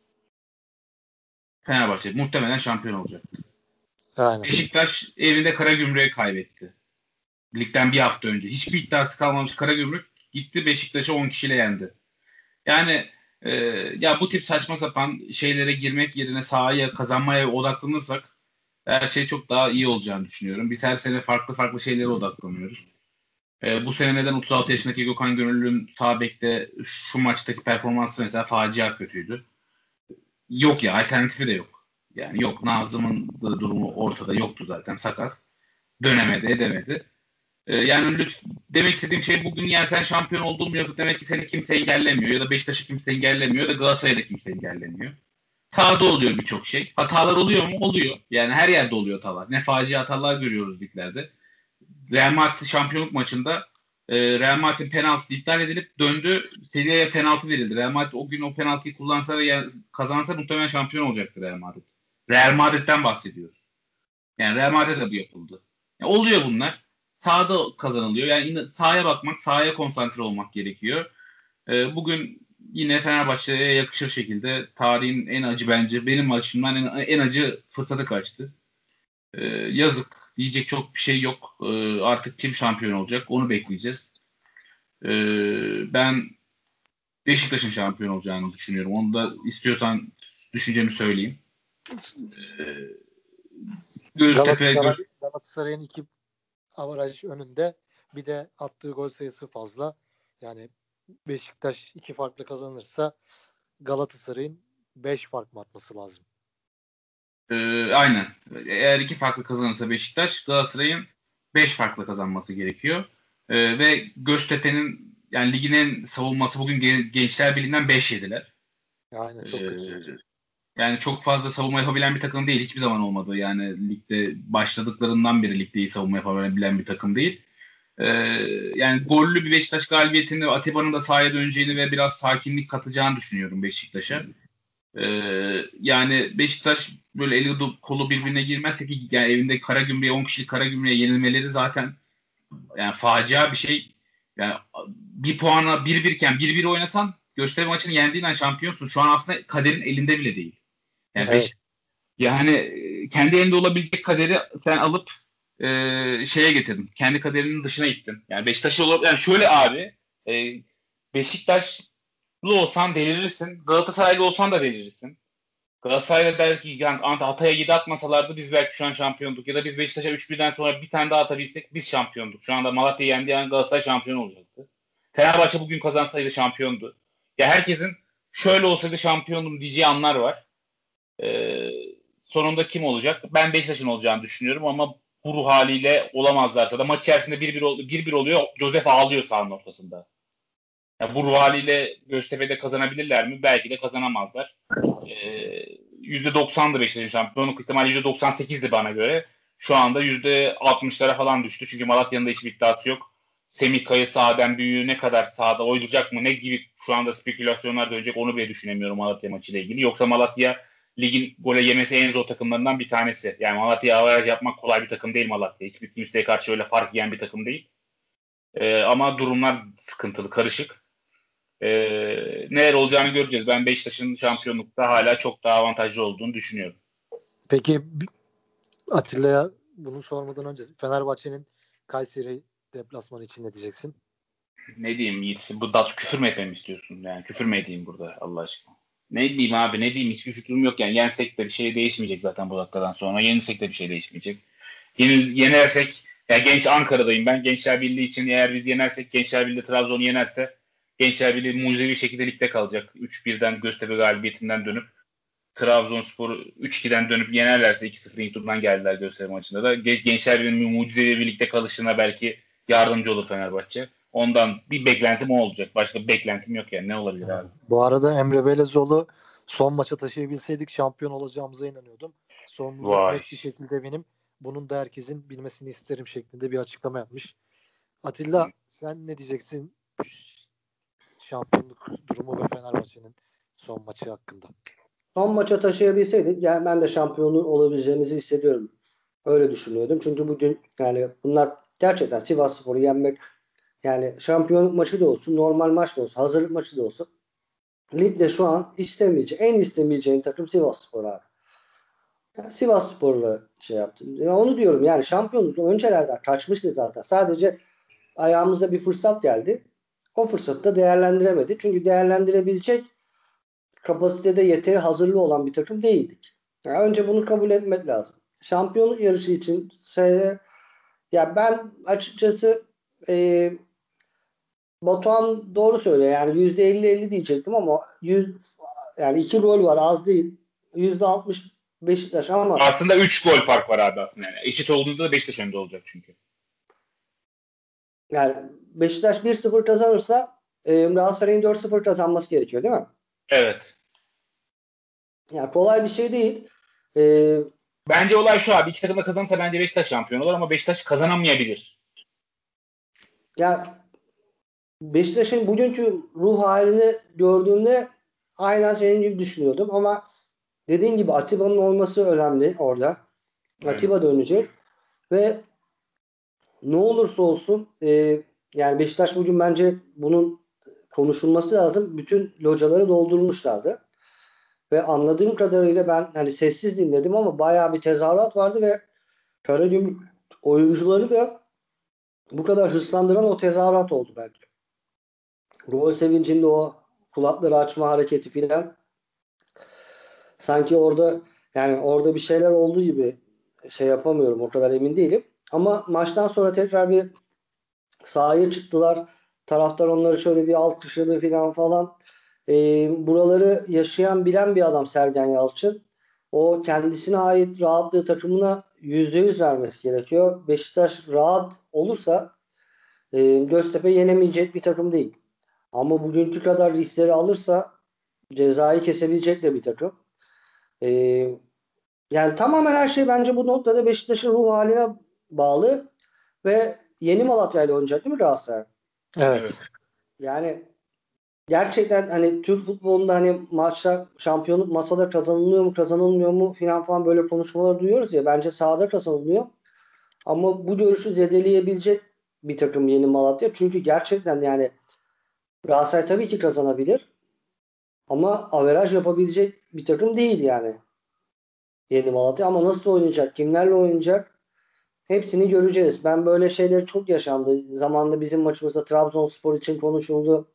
Fenerbahçe muhtemelen şampiyon olacaktı. Aynen. Beşiktaş evinde Karagümrük'e kaybetti. Ligden bir hafta önce. Hiçbir iddiası kalmamış Karagümrük gitti Beşiktaş'ı 10 kişiyle yendi. Yani ya bu tip saçma sapan şeylere girmek yerine sahaya kazanmaya odaklanırsak her şey çok daha iyi olacağını düşünüyorum. Biz her sene farklı farklı şeylere odaklanıyoruz. Bu sene neden 36 yaşındaki Gökhan Gönül'ün sağ bekte şu maçtaki performansı mesela facia kötüydü. Yok ya, alternatifi de yok. Yani yok, Nazım'ın da durumu ortada yoktu zaten, sakat. Dönemedi, edemedi. Yani demek istediğim şey, bugün yani sen şampiyon olduğun mu yok demek ki seni kimse engellemiyor ya da Beşiktaş'ı kimse engellemiyor ya da Galatasaray'da kimse engellemiyor. Sahada oluyor birçok şey. Hatalar oluyor mu? Oluyor. Yani her yerde oluyor hatalar. Ne facia hatalar görüyoruz liglerde. Real Madrid şampiyonluk maçında Real Madrid'in penaltısı iptal edilip döndü. Sevilla'ya penaltı verildi. Real Madrid o gün o penaltıyı kullansa ve kazansa muhtemelen şampiyon olacaktı Real Madrid. Real Madrid'den bahsediyoruz. Yani Real Madrid'de bu yapıldı. Yani oluyor bunlar. Sahada kazanılıyor. Yani yine sahaya bakmak, sahaya konsantre olmak gerekiyor. Bugün yine Fenerbahçe'ye yakışır şekilde tarihin en acı, bence benim açımdan en acı fırsatı kaçtı. Yazık. Diyecek çok bir şey yok. Artık kim şampiyon olacak onu bekleyeceğiz. Ben Beşiktaş'ın şampiyon olacağını düşünüyorum. Onu da istiyorsan düşüncemi söyleyeyim. Galatasaray'ın 2 avaraj önünde, bir de attığı gol sayısı fazla. Yani Beşiktaş 2 farklı kazanırsa Galatasaray'ın 5 fark mı atması lazım? Aynen. Eğer 2 farklı kazanırsa Beşiktaş, Galatasaray'ın 5 farklı kazanması gerekiyor. Ve Göztepe'nin, yani ligin en savunması bugün Gençler Birliği'nden 5 yediler. Aynen, çok kötü. Yani çok fazla savunma yapabilen bir takım değil. Hiçbir zaman olmadı. Yani ligde başladıklarından beri ligde iyi savunma yapabilen bir takım değil. Yani gollü bir Beşiktaş galibiyetini, Atiba'nın da sahaya döneceğini ve biraz sakinlik katacağını düşünüyorum Beşiktaş'a. Yani Beşiktaş böyle eli kolu birbirine girmezse, ki yani evinde Karagümrük'e 10 kişilik Karagümrük'e yenilmeleri zaten yani facia bir şey. Yani bir puana 1-1 iken 1-1 oynasan Göztepe maçını yendiğin an şampiyonsun. Şu an aslında kaderin elinde bile değil. Yani Evet. yani kendi elinde olabilecek kaderi sen alıp şeye getirdin. Kendi kaderinin dışına ittin. Yani Beşiktaş'ı yani şöyle abi, Beşiktaşlı olsan delirirsin. Galatasaraylı olsan da delirirsin. Galatasaray'da belki yani Hatay'a 7 atmasalardı biz belki şu an şampiyonduk. Ya da biz Beşiktaş'a 3-1'den sonra bir tane daha atabilsek biz şampiyonduk. Şu anda Malatya'yı yendiği an Galatasaray şampiyon olacaktı. Fenerbahçe bugün kazansaydı şampiyondu. Ya herkesin şöyle olsaydı şampiyonum diyeceği anlar var. Sonunda kim olacak? Ben Beşiktaş'ın olacağını düşünüyorum ama bu ruh haliyle olamazlarsa da maç içerisinde 1-1 oluyor. Josef ağlıyor sahanın ortasında. Yani bu ruh haliyle Göztepe'de kazanabilirler mi? Belki de kazanamazlar. %90'dı Beşiktaş'ın şampiyonluk ihtimali, %98'di bana göre. Şu anda %60'lara falan düştü. Çünkü Malatya'nın da hiçbir iddiası yok. Semih Kayısı, Adem Büyük'ü ne kadar sahada oynayacak mı? Ne gibi şu anda spekülasyonlar dönecek, onu bile düşünemiyorum Malatya maçıyla ilgili. Yoksa Malatya ligin gole yemesi en zor takımlarından bir tanesi. Yani Malatya'ya avaraj yapmak kolay bir takım değil Malatya. Hiçbir kimseye karşı öyle fark yiyen bir takım değil. Ama durumlar sıkıntılı, karışık. Neler olacağını göreceğiz. Ben Beşiktaş'ın şampiyonlukta hala çok daha avantajlı olduğunu düşünüyorum. Peki Atilla'ya bunu sormadan önce Fenerbahçe'nin Kayseri deplasmanı için ne diyeceksin? Ne diyeyim Yiğit'si? Bu da küfür mü etmemi istiyorsun? Yani küfür mü edeyim burada Allah aşkına? Ne diyeyim abi, ne diyeyim, hiçbir fikrim yok yani. Yensek de bir şey değişmeyecek zaten bu dakikadan sonra. Yenilsek de bir şey değişmeyecek. Yenersek Ya genç Ankara'dayım ben. Gençler Birliği için eğer biz yenersek, Gençler Birliği Trabzon'u yenerse Gençler Birliği mucizevi şekilde ligde kalacak. 3-1'den Göztepe galibiyetinden dönüp Trabzonspor'u 3-2'den dönüp yenerlerse 2-0 ilk turdan geldiler Göztepe maçında da. Gençler Birliği'nin mucizevi birlikte kalışına belki yardımcı olur Fenerbahçe. Ondan bir beklentim o olacak. Başka bir beklentim yok yani. Ne olabilir abi? Bu arada Emre Belezoğlu son maça taşıyabilseydik şampiyon olacağımıza inanıyordum. Sorumluluk Vay. net bir şekilde benim. Bunun da herkesin bilmesini isterim şeklinde bir açıklama yapmış. Atilla sen ne diyeceksin şampiyonluk durumu ve Fenerbahçe'nin son maçı hakkında? Son maça taşıyabilseydik yani ben de şampiyonu olabileceğimizi hissediyorum. Öyle düşünüyordum. Çünkü bugün yani bunlar gerçekten Sivasspor'u yenmek yani şampiyonluk maçı da olsun, normal maç da olsun, hazırlık maçı da olsun. Ligde şu an en istemeyeceğin takım Sivasspor abi. Yani Sivasspor'la şey yaptım. Ya onu diyorum yani şampiyonluk öncelerden kaçmıştı zaten. Sadece ayağımıza bir fırsat geldi. O fırsatı da değerlendiremedi. Çünkü değerlendirebilecek kapasitede yeteri hazırlı olan bir takım değildik. Yani önce bunu kabul etmek lazım. Şampiyonluk yarışı için ya ben açıkçası Batuhan doğru söylüyor. Yani %50-50 diyecektim ama yani 2 gol var az değil. %60 Beşiktaş ama Aslında 3 gol fark var abi aslında yani. Eşit olduğunda da Beşiktaş önde olacak çünkü. yani Beşiktaş 1-0 kazanırsa Galatasaray'ın 4-0 kazanması gerekiyor değil mi? Evet. Yani kolay bir şey değil. Bence olay şu abi. İki takım da kazanırsa bence Beşiktaş şampiyon olur ama Beşiktaş kazanamayabilir. Ya Beşiktaş'ın bugünkü ruh halini gördüğümde aynen senin gibi düşünüyordum ama dediğin gibi Atiba'nın olması önemli orada. Evet. Atiba dönecek ve ne olursa olsun yani Beşiktaş bugün bence bunun konuşulması lazım. Bütün locaları doldurmuşlardı. Ve anladığım kadarıyla ben hani sessiz dinledim ama bayağı bir tezahürat vardı ve Karagümrük oyuncuları da bu kadar hırslandıran o tezahürat oldu bence. Gol sevincinde o kulakları açma hareketi filan sanki orada yani orada bir şeyler olduğu gibi şey yapamıyorum. O kadar emin değilim. Ama maçtan sonra tekrar bir sahaya çıktılar. Taraftar onları şöyle bir alkışladı filan falan. Buraları yaşayan bilen bir adam Sergen Yalçın. O kendisine ait rahatlığı takımına %100 vermesi gerekiyor. Beşiktaş rahat olursa Göztepe yenemeyecek bir takım değil. Ama bugünkü kadar riskleri alırsa cezayı kesebilecek de bir takım. Yani tamamen her şey bence bu noktada Beşiktaş'ın ruh haline bağlı ve Yeni Malatya ile oynayacak değil mi Galatasaray? Evet. Yani gerçekten hani Türk futbolunda hani maçlar şampiyonluk masada kazanılıyor mu kazanılmıyor mu falan böyle konuşmalar duyuyoruz ya bence sahada kazanılıyor. Ama bu görüşü zedeleyebilecek bir takım Yeni Malatya. Çünkü gerçekten yani Galatasaray tabii ki kazanabilir ama averaj yapabilecek bir takım değil yani Yeni Malatya. Ama nasıl oynayacak, kimlerle oynayacak hepsini göreceğiz. Ben böyle şeyler çok yaşandı. Zamanında bizim maçımızda Trabzonspor için konuşuldu.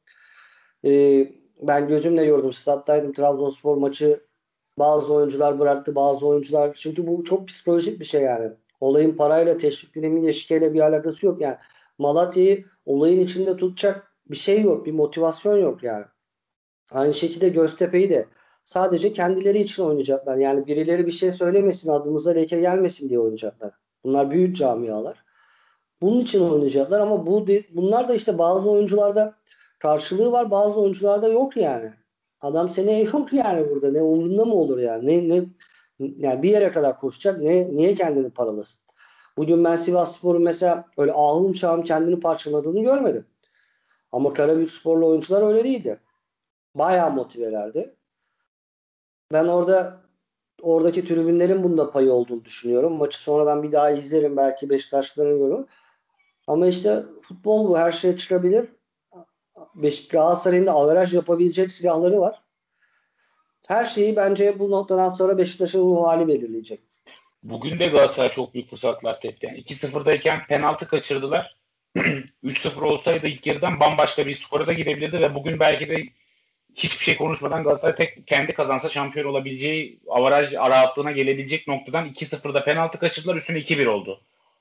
Ben gözümle gördüm. Stat'taydım. Trabzonspor maçı bazı oyuncular bıraktı. Bazı oyuncular çünkü bu çok psikolojik bir şey yani. Olayın parayla, teşvik primiyle, şikeyle bir alakası yok. Yani Malatya'yı olayın içinde tutacak bir şey yok. Bir motivasyon yok yani. Aynı şekilde Göztepe'yi de sadece kendileri için oynayacaklar. Yani birileri bir şey söylemesin, adımıza leke gelmesin diye oynayacaklar. Bunlar büyük camialar. Bunun için oynayacaklar ama bunlar da işte bazı oyuncularda karşılığı var, bazı oyuncularda yok yani. Adam seneye yok yani burada. Ne umurunda mı olur yani? Yani bir yere kadar koşacak. Niye kendini paralasın? Bugün ben Sivasspor'un mesela öyle ahım şahım kendini parçaladığını görmedim. Ama Karabüksporlu oyuncular öyle değildi. Bayağı motivelerdi. Ben oradaki tribünlerin bunda payı olduğunu düşünüyorum. Maçı sonradan bir daha izlerim belki Beşiktaşlıların yorum. Ama işte futbol bu. Her şey çıkabilir. Galatasaray'ın da averaj yapabilecek silahları var. Her şeyi bence bu noktadan sonra Beşiktaş'ın ruh hali belirleyecek. Bugün de Galatasaray çok büyük fırsatlar tepti. Yani 2-0'dayken penaltı kaçırdılar. 3-0 olsaydı ilk yarıdan bambaşka bir skora da gidebilirdi ve bugün belki de hiçbir şey konuşmadan Galatasaray tek kendi kazansa şampiyon olabileceği avaraj rahatlığına gelebilecek noktadan 2-0'da penaltı kaçırdılar, üstüne 2-1 oldu.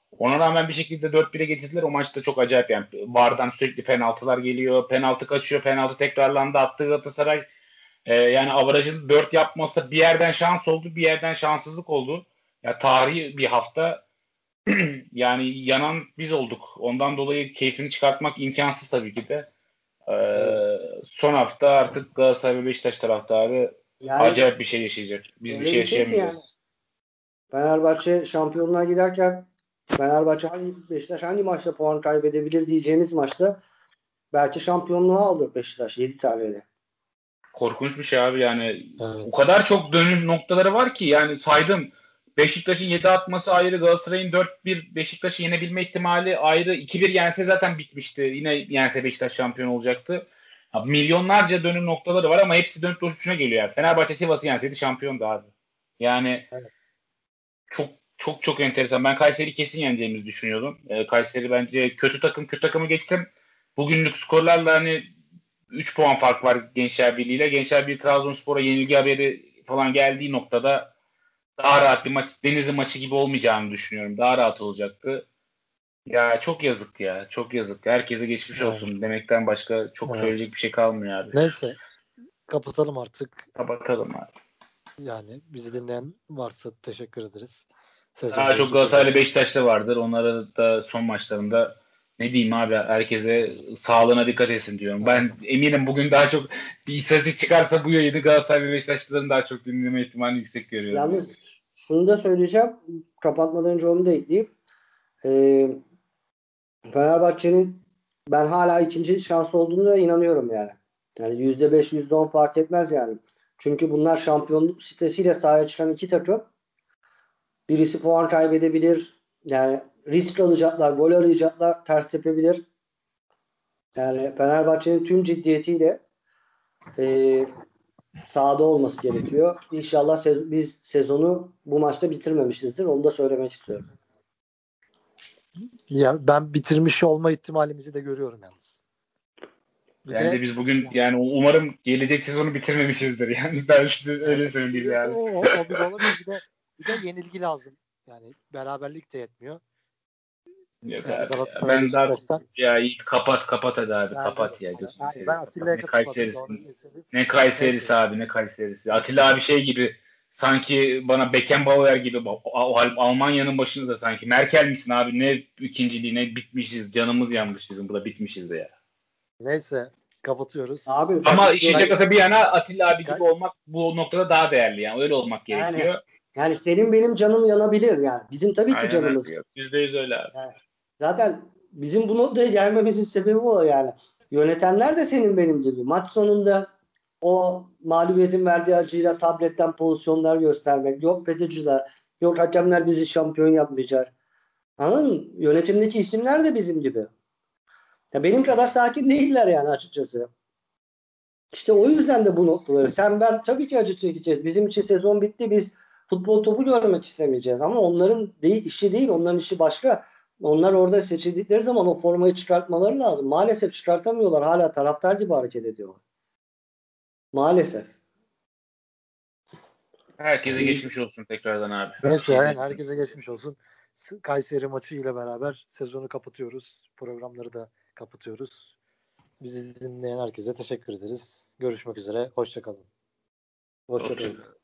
Ona rağmen bir şekilde 4-1'e getirdiler. O maçta çok acayip yani. VAR'dan sürekli penaltılar geliyor. Penaltı kaçıyor. Penaltı tekrarlandı. Attı Galatasaray. Yani averajın 4 yapması bir yerden şans oldu. Bir yerden şanssızlık oldu. Ya tarihi bir hafta. Yani yanan biz olduk. Ondan dolayı keyfini çıkartmak imkansız tabii ki de. Son hafta artık Galatasaray ve Beşiktaş taraftarı Yani acayip bir şey yaşayacak. Biz bir öyle şey bir şey ki yani yaşayamayacağız. Fenerbahçe şampiyonluğa giderken Beşiktaş hangi maçta puan kaybedebilir diyeceğimiz maçta belki şampiyonluğu aldı Beşiktaş 7 taneyle. Korkunç bir şey abi yani. Evet. O kadar çok dönüm noktaları var ki yani saydım. Beşiktaş'ın 7 atması ayrı, Galatasaray'ın 4-1 Beşiktaş'ı yenebilme ihtimali ayrı. 2-1 yense zaten bitmişti. Yine yense Beşiktaş şampiyon olacaktı. Ya, milyonlarca dönüm noktaları var ama hepsi dönüp dolaşıp geliyor yani. Fenerbahçe Sivas'ı yenseydi şampiyondu abi. Yani Evet. çok çok çok enteresan. Ben Kayseri kesin yeneceğimizi düşünüyordum. Kayseri bence kötü takım. Kötü takımı geçtim. Bugünlük skorlarla hani 3 puan fark var Gençler Birliği ile. Gençler Birliği Trabzonspor'a yenilgi haberi falan geldiği noktada daha rahat bir maç, Denizli maçı gibi olmayacağını düşünüyorum. Daha rahat olacaktı. Ya çok yazık ya. Çok yazık. Herkese geçmiş Evet. olsun demekten başka çok Evet. söyleyecek bir şey kalmıyor abi. Neyse kapatalım artık. Kapatalım abi. Yani bizi dinleyen varsa teşekkür ederiz. Daha Sezonda çok Galatasaray Beşiktaş'ta vardır. Onlara da son maçlarında ne diyeyim abi herkese sağlığına dikkat etsin diyorum. Ben eminim bugün daha çok bir istatistik çıkarsa bu yayını Galatasaray ve Beşiktaşlıların daha çok dinleme ihtimalini yüksek görüyorum. Yalnız şunu da söyleyeceğim. Kapatmadan önce onu da ekleyeyim. Fenerbahçe'nin ben hala ikinci şans olduğunu da inanıyorum yani. Yani %5, %10 fark etmez yani. Çünkü bunlar şampiyonluk sitesiyle sahaya çıkan iki takım. Birisi puan kaybedebilir. Yani risk alacaklar, gol arayacaklar, ters tepebilir. Yani Fenerbahçe'nin tüm ciddiyetiyle sahada olması gerekiyor. İnşallah biz sezonu bu maçta bitirmemişizdir. Onu da söylemek istiyorum. Ya ben bitirmiş olma ihtimalimizi de görüyorum yalnız. Bence biz bugün yani umarım gelecek sezonu bitirmemişizdir. Yani ben size öyle söyleyeyim yani. O bir de olabilir. Bir de yenilgi lazım. Yani beraberlik de yetmiyor. Yok Yani abi ya. Galatasaray Ben daha Beşiktaş'tan. ya iyi kapat hadi abi Bence de. kapat ya gözünü Yani ben seveyim. Kapat. Atilla'ya Ne katılmadım. Kayseri'si Doğru söyleyeyim. ne Kayseri'si Neyse. abi ne Kayseri'si. Atilla abi şey gibi sanki bana Beckenbauer gibi Almanya'nın başında da sanki Merkel misin abi ne ikinciliği ne bitmişiz canımız yanmış bizim burada bitmişiz ya. Neyse kapatıyoruz. Abi Ama bak işin işte şakası bir yana Atilla abi gibi olmak bu noktada daha değerli yani öyle olmak yani gerekiyor. senin benim canım yanabilir yani. Bizim tabii ki Aynen canımız. öyle. %100 öyle abi. Yani zaten bizim bu noktaya gelmemizin sebebi o yani. Yönetenler de senin benim gibi. Maç sonunda o mağlubiyetin verdiği acıyla tabletten pozisyonlar göstermek. Yok FETÖ'cüler, yok hakemler bizi şampiyon yapmayacak. Anladın mı? Yönetimdeki isimler de bizim gibi. Ya benim kadar sakin değiller yani açıkçası. İşte o yüzden de bu noktaları. Sen ben tabii ki acı çekeceğiz. Bizim için sezon bitti. Biz futbol topu görmek istemeyeceğiz. Ama onların işi değil. Onların işi başka. Onlar orada seçildikleri zaman o formayı çıkartmaları lazım. Maalesef çıkartamıyorlar. Hala taraftar gibi hareket ediyorlar. Maalesef. Herkese geçmiş olsun tekrardan abi. Neyse yani herkese geçmiş olsun. Kayseri maçı ile beraber sezonu kapatıyoruz. Programları da kapatıyoruz. Bizi dinleyen herkese teşekkür ederiz. Görüşmek üzere. Hoşça kalın. Hoşçakalın.